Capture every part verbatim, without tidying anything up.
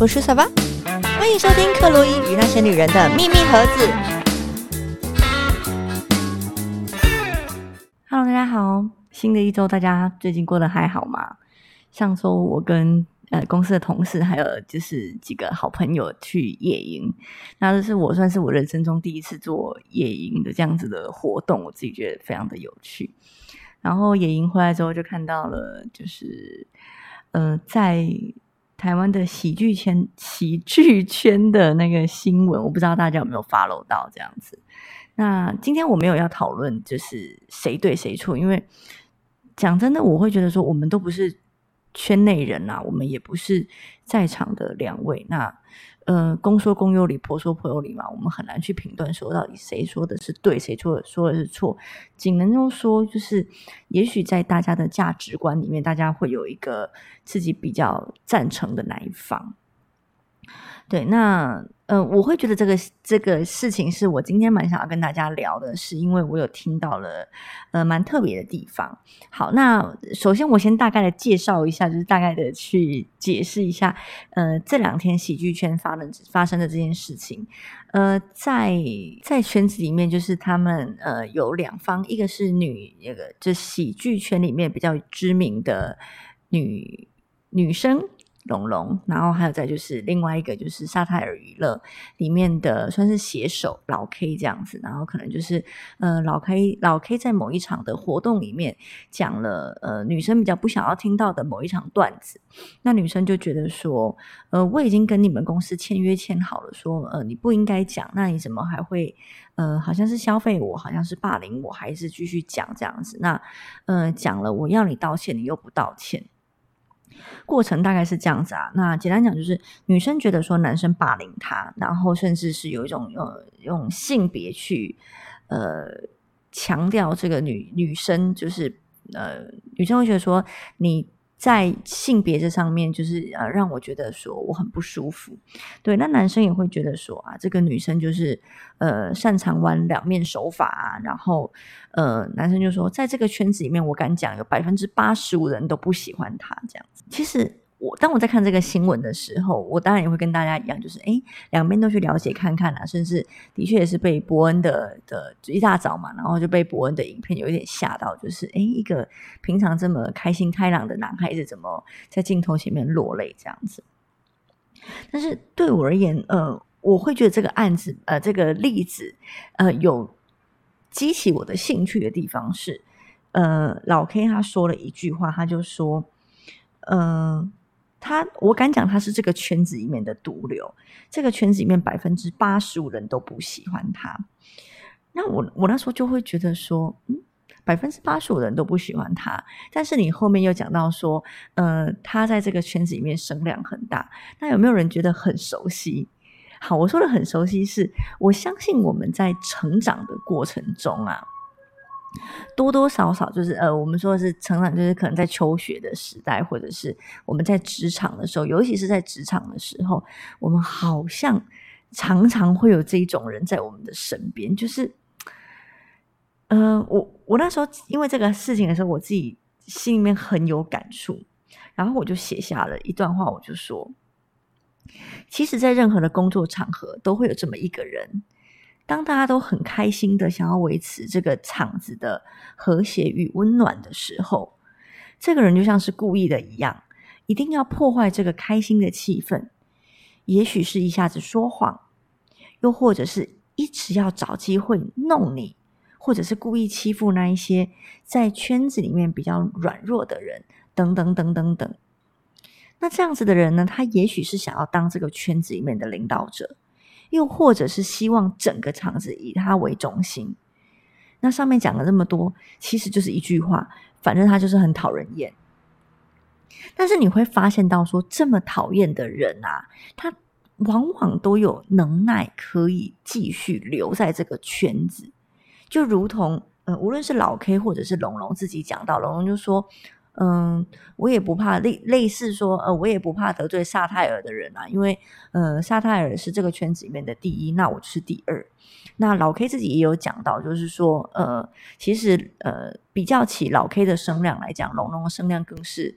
我是小巴，欢迎收听克洛伊与那些女人的秘密盒子。Hello， 大家好，新的一周大家最近过得还好吗？上周我跟呃公司的同事还有就是几个好朋友去野营，那这是我算是我人生中第一次做野营的这样子的活动，我自己觉得非常的有趣。然后野营回来之后就看到了，就是呃在台湾的喜剧圈喜剧圈的那个新闻，我不知道大家有没有 follow 到这样子。那今天我没有要讨论就是谁对谁错，因为讲真的我会觉得说我们都不是圈内人啊，我们也不是在场的两位，那呃公说公有理，婆说婆有理嘛，我们很难去评断说到底谁说的是对，谁说的说的是错，仅能够说就是也许在大家的价值观里面，大家会有一个自己比较赞成的那一方。对，那呃，我会觉得这个这个事情是我今天蛮想要跟大家聊的，是因为我有听到了呃蛮特别的地方。好，那首先我先大概的介绍一下，就是大概的去解释一下，呃，这两天喜剧圈发生发生的这件事情。呃，在在圈子里面，就是他们呃有两方，一个是女，那个就喜剧圈里面比较知名的女女生。龙龙，然后还有再就是另外一个就是沙泰尔娱乐里面的算是写手老 K 这样子，然后可能就是呃老 K 老 K 在某一场的活动里面讲了呃女生比较不想要听到的某一场段子，那女生就觉得说呃我已经跟你们公司签约签好了，说呃你不应该讲，那你怎么还会呃好像是消费我，好像是霸凌我，还是继续讲这样子，那呃讲了我要你道歉，你又不道歉。过程大概是这样子啊，那简单讲就是女生觉得说男生霸凌她，然后甚至是有一种呃用性别去呃强调这个女女生，就是呃女生会觉得说你在性别这上面就是呃让我觉得说我很不舒服，对，那男生也会觉得说啊这个女生就是呃擅长玩两面手法啊，然后呃男生就说在这个圈子里面我敢讲有百分之八十五人都不喜欢他这样子。其实我当我在看这个新闻的时候，我当然也会跟大家一样，就是诶两边都去了解看看啊，甚至的确也是被伯恩的的一大早嘛，然后就被伯恩的影片有一点吓到，就是诶一个平常这么开心开朗的男孩子怎么在镜头前面落泪这样子。但是对我而言呃我会觉得这个案子呃这个例子呃有激起我的兴趣的地方是呃老 K 他说了一句话，他就说呃他我敢讲他是这个圈子里面的毒瘤，这个圈子里面百分之八十五人都不喜欢他。那我我那时候就会觉得说嗯百分之八十五人都不喜欢他，但是你后面又讲到说呃他在这个圈子里面声量很大，那有没有人觉得很熟悉？好，我说的很熟悉是我相信我们在成长的过程中啊，多多少少就是呃，我们说的是成长，就是可能在求学的时代，或者是我们在职场的时候，尤其是在职场的时候，我们好像常常会有这一种人在我们的身边，就是呃，我我那时候因为这个事情的时候，我自己心里面很有感触，然后我就写下了一段话，我就说，其实在任何的工作场合都会有这么一个人，当大家都很开心的想要维持这个场子的和谐与温暖的时候，这个人就像是故意的一样，一定要破坏这个开心的气氛，也许是一下子说谎，又或者是一直要找机会弄你，或者是故意欺负那一些在圈子里面比较软弱的人，等等等等等。那这样子的人呢，他也许是想要当这个圈子里面的领导者，又或者是希望整个场子以他为中心。那上面讲了这么多，其实就是一句话，反正他就是很讨人厌。但是你会发现到说，这么讨厌的人啊，他往往都有能耐可以继续留在这个圈子。就如同呃，无论是老 K 或者是龙龙自己讲到，龙龙就说嗯，我也不怕类类似说呃，我也不怕得罪萨泰尔的人啊，因为呃，萨泰尔是这个圈子里面的第一，那我就是第二。那老 K 自己也有讲到，就是说呃，其实呃，比较起老 K 的声量来讲，龙龙的声量更是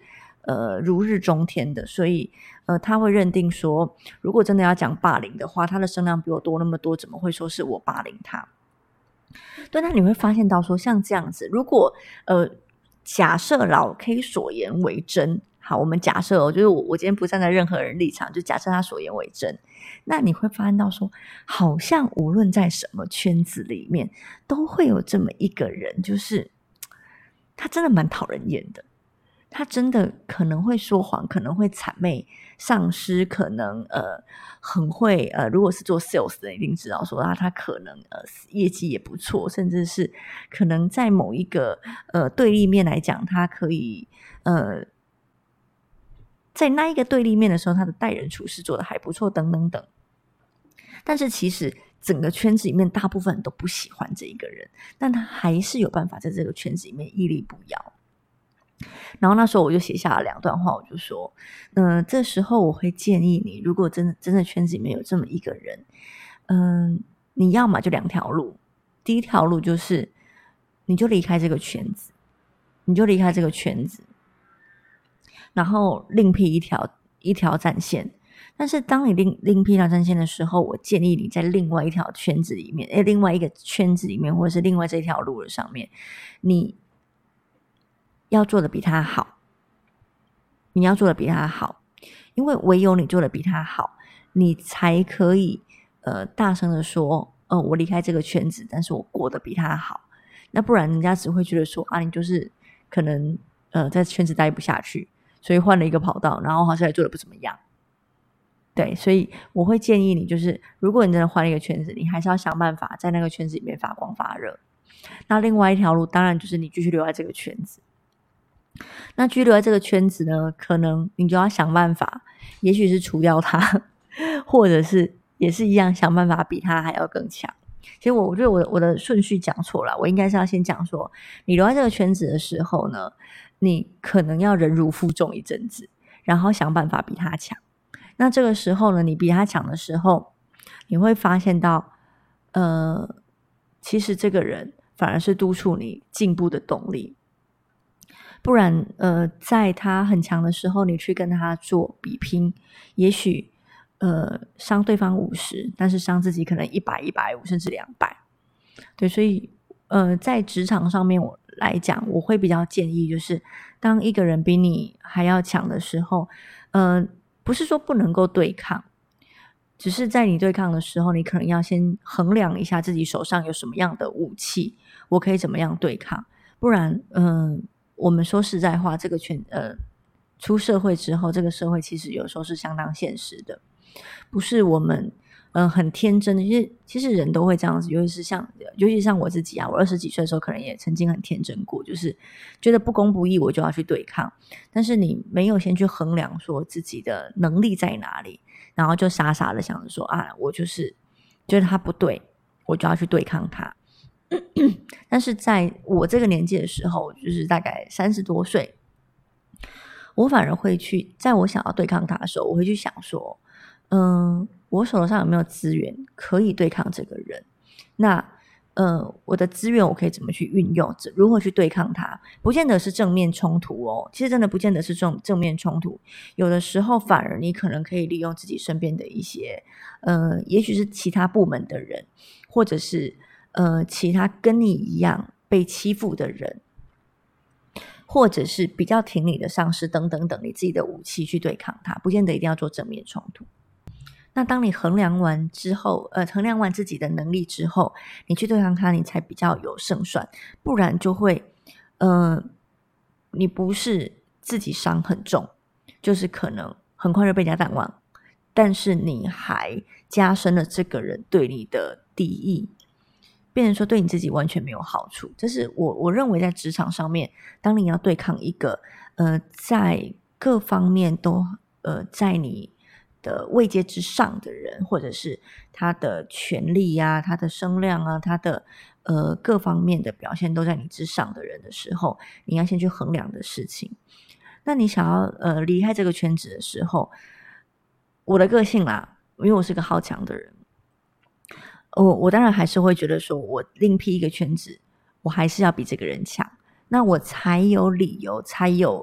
呃如日中天的，所以呃他会认定说，如果真的要讲霸凌的话，他的声量比我多那么多，怎么会说是我霸凌他？对，那你会发现到说，像这样子，如果呃假设老 K 所言为真，好，我们假设哦，就是我我今天不站在任何人立场，就假设他所言为真，那你会发现到说，好像无论在什么圈子里面，都会有这么一个人，就是他真的蛮讨人厌的。他真的可能会说谎，可能会谄媚上司，可能呃很会呃，如果是做 sales 的，一定知道说他他可能呃业绩也不错，甚至是可能在某一个呃对立面来讲，他可以呃在那一个对立面的时候，他的待人处事做得还不错，等等等。但是其实整个圈子里面，大部分人都不喜欢这一个人，但他还是有办法在这个圈子里面屹立不摇。然后那时候我就写下了两段话，我就说，嗯、呃，这时候我会建议你，如果真的真的圈子里面有这么一个人，嗯、呃，你要嘛就两条路，第一条路就是你就离开这个圈子，你就离开这个圈子，然后另辟一条一条战线。但是当你另另辟一条战线的时候，我建议你在另外一条圈子里面，诶，另外一个圈子里面，或者是另外这条路的上面，你要做的比他好，你要做的比他好，因为唯有你做的比他好，你才可以呃大声的说，呃，我离开这个圈子，但是我过得比他好。那不然人家只会觉得说啊，你就是可能呃在圈子待不下去，所以换了一个跑道，然后好像也做得不怎么样。对，所以我会建议你，就是如果你真的换了一个圈子，你还是要想办法在那个圈子里面发光发热。那另外一条路，当然就是你继续留在这个圈子。那居留在这个圈子呢，可能你就要想办法，也许是除掉他，或者是也是一样想办法比他还要更强。其实我我觉得我的我的顺序讲错了，我应该是要先讲说，你留在这个圈子的时候呢，你可能要忍辱负重一阵子，然后想办法比他强。那这个时候呢，你比他强的时候，你会发现到，呃，其实这个人反而是督促你进步的动力。不然呃，在他很强的时候，你去跟他做比拼，也许呃伤对方五十，但是伤自己可能一百、一百五甚至两百。对，所以呃在职场上面我来讲，我会比较建议，就是当一个人比你还要强的时候，呃不是说不能够对抗，只是在你对抗的时候，你可能要先衡量一下自己手上有什么样的武器，我可以怎么样对抗。不然嗯、呃我们说实在话，这个圈呃，出社会之后，这个社会其实有时候是相当现实的，不是我们嗯、呃、很天真的。其实其实人都会这样子，尤其是像尤其是像我自己啊，我二十几岁的时候，可能也曾经很天真过，就是觉得不公不义，我就要去对抗。但是你没有先去衡量说自己的能力在哪里，然后就傻傻的想着说啊，我就是觉得他不对，我就要去对抗他。但是在我这个年纪的时候，就是大概三十多岁，我反而会去，在我想要对抗他的时候，我会去想说，嗯，我手头上有没有资源可以对抗这个人？那呃，我的资源我可以怎么去运用？如何去对抗他？不见得是正面冲突哦，其实真的不见得是正正面冲突，有的时候反而你可能可以利用自己身边的一些，呃，也许是其他部门的人，或者是呃，其他跟你一样被欺负的人，或者是比较挺你的上司等等等，你自己的武器去对抗他，不见得一定要做正面冲突。那当你衡量完之后，呃，衡量完自己的能力之后，你去对抗他，你才比较有胜算。不然就会，呃，你不是自己伤很重，就是可能很快就被人家淡忘，但是你还加深了这个人对你的敌意。变成说对你自己完全没有好处。这是我我认为在职场上面，当你要对抗一个呃在各方面都呃在你的位阶之上的人，或者是他的权力啊、他的声量啊、他的呃各方面的表现都在你之上的人的时候，你要先去衡量的事情。那你想要呃离开这个圈子的时候，我的个性啦，因为我是个好强的人。我我当然还是会觉得说，我另辟一个圈子，我还是要比这个人强，那我才有理由，才有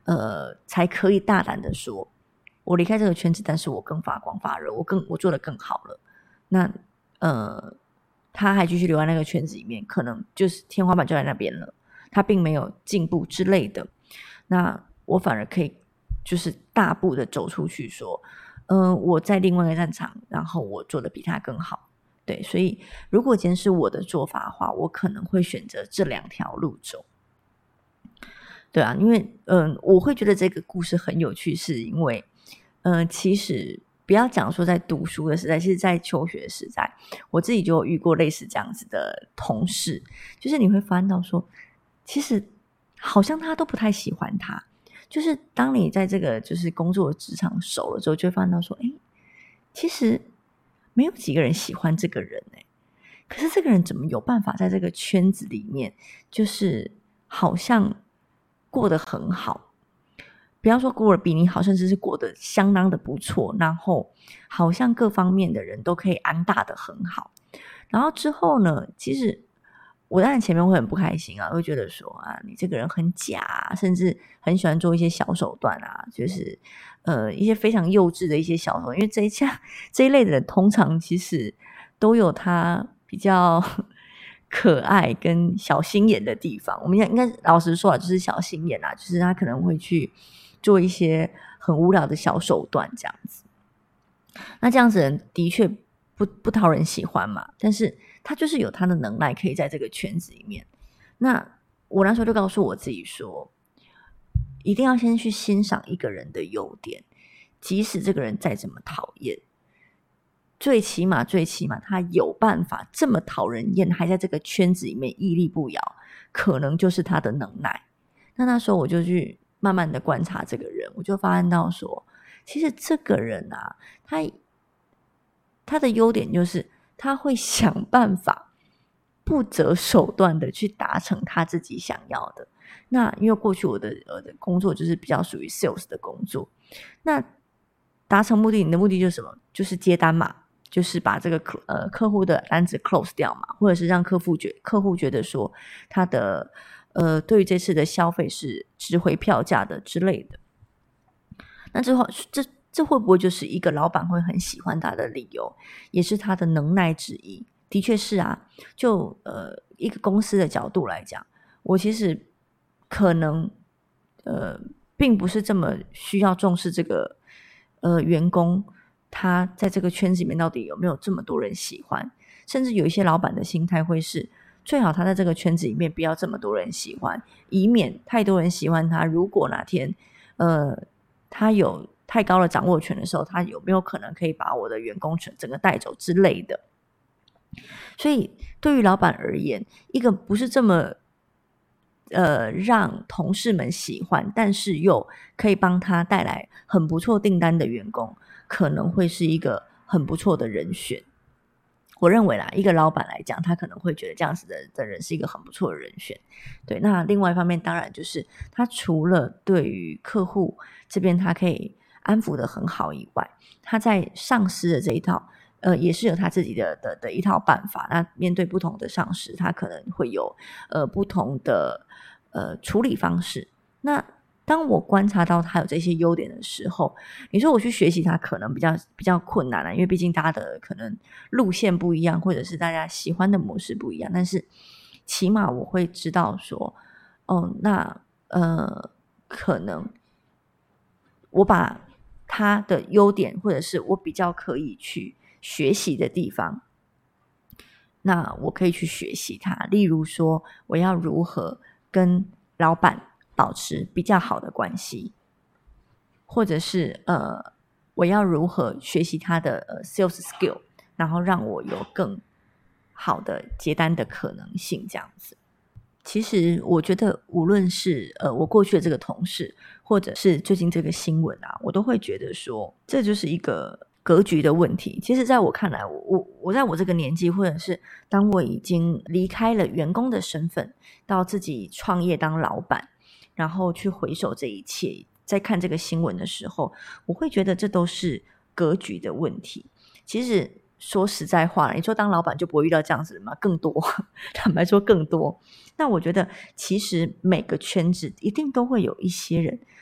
呃才可以大胆的说，我离开这个圈子，但是我更发光发热，我更我做得更好了。那呃，他还继续留在那个圈子里面，可能就是天花板就在那边了，他并没有进步之类的。那我反而可以就是大步的走出去说，嗯、呃，我在另外一个战场，然后我做的比他更好。对，所以如果今天是我的做法的话，我可能会选择这两条路走。对啊，因为嗯、呃，我会觉得这个故事很有趣，是因为嗯、呃，其实不要讲说在读书的时代，其实在求学的时代，我自己就有遇过类似这样子的同事，就是你会发现到说，其实好像他都不太喜欢他，就是当你在这个就是工作的职场熟了之后，就会发现到说，哎，其实没有几个人喜欢这个人哎、欸，可是这个人怎么有办法在这个圈子里面，就是好像过得很好，不要说过得比你好，甚至是过得相当的不错，然后好像各方面的人都可以安大的很好。然后之后呢，其实我当然前面会很不开心啊，会觉得说啊，你这个人很假啊，甚至很喜欢做一些小手段啊，就是呃一些非常幼稚的一些小手段，因为这一下这一类的人通常其实都有他比较可爱跟小心眼的地方。我们应该老实说啊，就是小心眼啊，就是他可能会去做一些很无聊的小手段这样子。那这样子的人的确不不讨人喜欢嘛，但是他就是有他的能耐可以在这个圈子里面。那我那时候就告诉我自己说，一定要先去欣赏一个人的优点，即使这个人再怎么讨厌，最起码最起码他有办法这么讨人厌，还在这个圈子里面屹立不摇，可能就是他的能耐。那那时候我就去慢慢的观察这个人，我就发现到说，其实这个人啊，他他的优点就是他会想办法不择手段的去达成他自己想要的。那因为过去我的呃的工作就是比较属于 sales 的工作，那达成目的，你的目的就是什么？就是接单嘛，就是把这个呃客户的单子 close 掉嘛，或者是让客户觉客户觉得说他的呃对于这次的消费是值回票价的之类的。那之后这这会不会就是一个老板会很喜欢他的理由，也是他的能耐之一？的确是啊，就呃一个公司的角度来讲，我其实可能呃并不是这么需要重视这个呃员工他在这个圈子里面到底有没有这么多人喜欢，甚至有一些老板的心态会是最好他在这个圈子里面不要这么多人喜欢，以免太多人喜欢他，如果哪天呃他有太高的掌握权的时候，他有没有可能可以把我的员工权整个带走之类的。所以对于老板而言，一个不是这么呃让同事们喜欢，但是又可以帮他带来很不错订单的员工，可能会是一个很不错的人选。我认为啦，一个老板来讲，他可能会觉得这样子的的人是一个很不错的人选。对，那另外一方面，当然就是他除了对于客户这边他可以安抚的很好以外，他在上司的这一套，呃，也是有他自己的的的一套办法。那面对不同的上司，他可能会有呃不同的呃处理方式。那当我观察到他有这些优点的时候，你说我去学习他可能比较比较困难啊，因为毕竟大家的可能路线不一样，或者是大家喜欢的模式不一样。但是起码我会知道说，哦，那呃，可能我把他的优点，或者是我比较可以去学习的地方，那我可以去学习他。例如说，我要如何跟老板保持比较好的关系，或者是呃，我要如何学习他的呃 sales skill， 然后让我有更好的接单的可能性，这样子。其实我觉得，无论是呃我过去的这个同事，或者是最近这个新闻啊，我都会觉得说，这就是一个格局的问题。其实在我看来，我我我在我这个年纪，或者是当我已经离开了员工的身份，到自己创业当老板，然后去回首这一切，在看这个新闻的时候，我会觉得这都是格局的问题。其实说实在话，你说当老板就不会遇到这样子的吗？更多，坦白说更多。那我觉得其实每个圈子一定都会有一些人，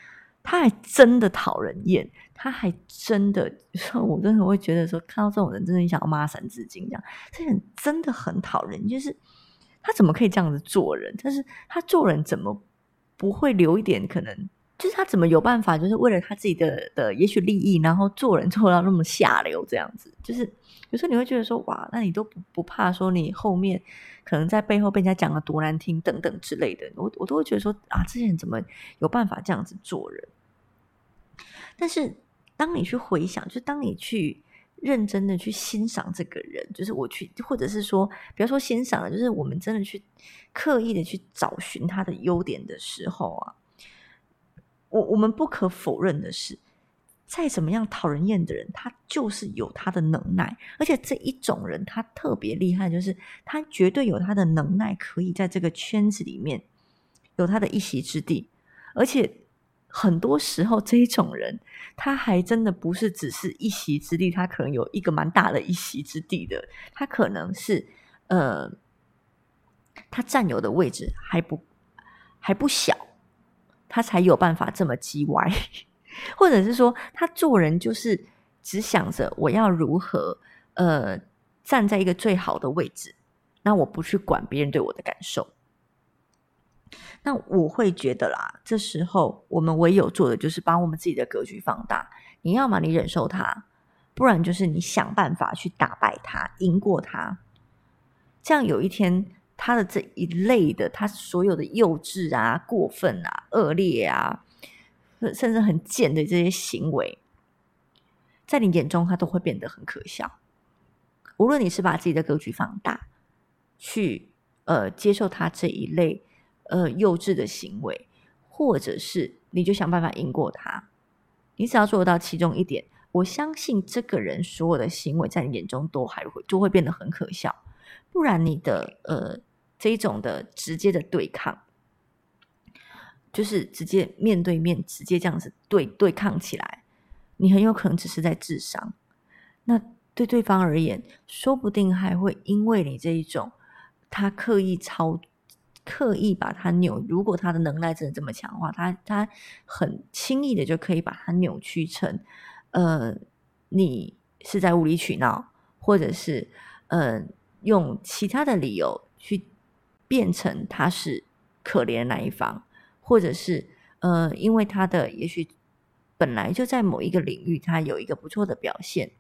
他还真的讨人厌，他还真的，我真的会觉得说，看到这种人真的想要骂三字经这样。这人真的很讨人厌，就是他怎么可以这样子做人？但是他做人怎么不会留一点可能？就是他怎么有办法，就是为了他自己的的也许利益，然后做人做到那么下流这样子？就是有时候你会觉得说，哇，那你都不不怕说你后面可能在背后被人家讲的多难听等等之类的，我我都会觉得说啊，这些人怎么有办法这样子做人？但是当你去回想，就是当你去认真的去欣赏这个人，就是我去，或者是说不要说欣赏了，就是我们真的去刻意的去找寻他的优点的时候啊，我我们不可否认的是，再怎么样讨人厌的人，他就是有他的能耐，而且这一种人他特别厉害，就是他绝对有他的能耐，可以在这个圈子里面有他的一席之地，而且很多时候这一种人他还真的不是只是一席之地，他可能有一个蛮大的一席之地的，他可能是呃，他占有的位置还不还不小，他才有办法这么叽歪，或者是说他做人就是只想着我要如何呃站在一个最好的位置，那我不去管别人对我的感受。那我会觉得啦，这时候我们唯有做的就是把我们自己的格局放大。你要么你忍受他，不然就是你想办法去打败他，赢过他。这样有一天他的这一类的，他所有的幼稚啊、过分啊、恶劣啊，甚至很贱的这些行为，在你眼中他都会变得很可笑。无论你是把自己的格局放大，去呃接受他这一类呃幼稚的行为，或者是你就想办法赢过他，你只要做到其中一点，我相信这个人所有的行为在你眼中都还会就会变得很可笑。不然你的呃这一种的直接的对抗，就是直接面对面直接这样子对对抗起来，你很有可能只是在智商，那对对方而言说不定还会因为你这一种他刻意超刻意把他扭，如果他的能耐真的这么强的话，他他很轻易的就可以把它扭曲成呃你是在无理取闹，或者是呃用其他的理由去变成他是可怜的那一方，或者是呃因为他的也许本来就在某一个领域他有一个不错的表现，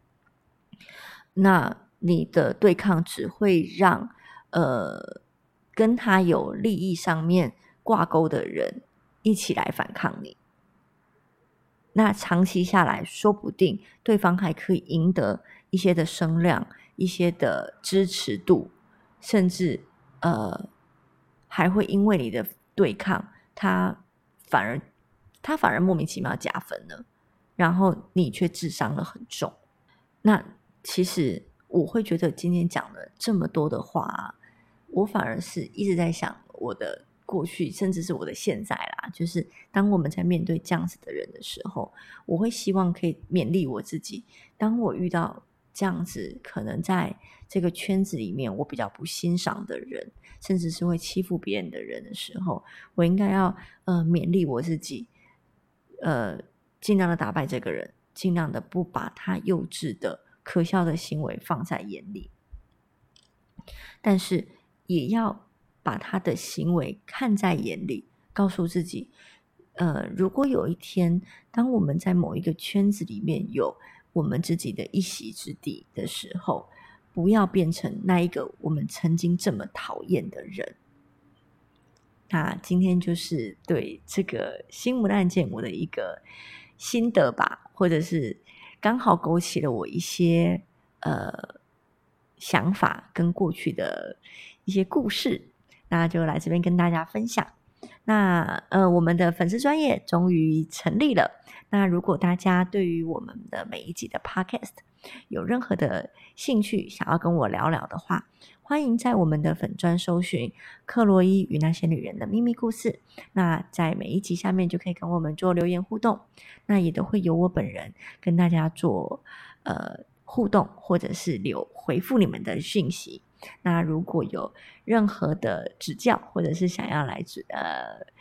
那你的对抗只会让呃跟他有利益上面挂钩的人一起来反抗你。那长期下来，说不定对方还可以赢得一些的声量，一些的支持度，甚至呃还会因为你的对抗，他反而他反而莫名其妙加分了，然后你却智商了很重。那其实我会觉得今天讲了这么多的话，我反而是一直在想我的过去，甚至是我的现在啦，就是当我们在面对这样子的人的时候，我会希望可以勉励我自己，当我遇到这样子可能在这个圈子里面我比较不欣赏的人，甚至是会欺负别人的人的时候，我应该要呃勉励我自己，呃尽量的打败这个人，尽量的不把他幼稚的可笑的行为放在眼里，但是也要把他的行为看在眼里，告诉自己呃，如果有一天当我们在某一个圈子里面有我们自己的一席之地的时候，不要变成那一个我们曾经这么讨厌的人。那今天就是对这个新闻案件我的一个心得吧，或者是刚好勾起了我一些呃想法跟过去的一些故事，那就来这边跟大家分享。那呃，我们的粉丝专页终于成立了。那如果大家对于我们的每一集的 podcast 有任何的兴趣，想要跟我聊聊的话，欢迎在我们的粉专搜寻克洛伊与那些女人的秘密故事。那在每一集下面就可以跟我们做留言互动，那也都会由我本人跟大家做呃互动，或者是留回复你们的讯息。那如果有任何的指教，或者是想要来呃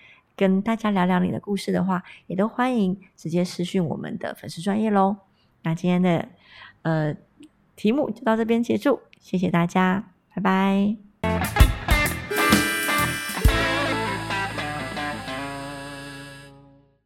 跟大家聊聊你的故事的话，也都欢迎直接私讯我们的粉丝专页咯。那今天的呃题目就到这边结束，谢谢大家，拜拜。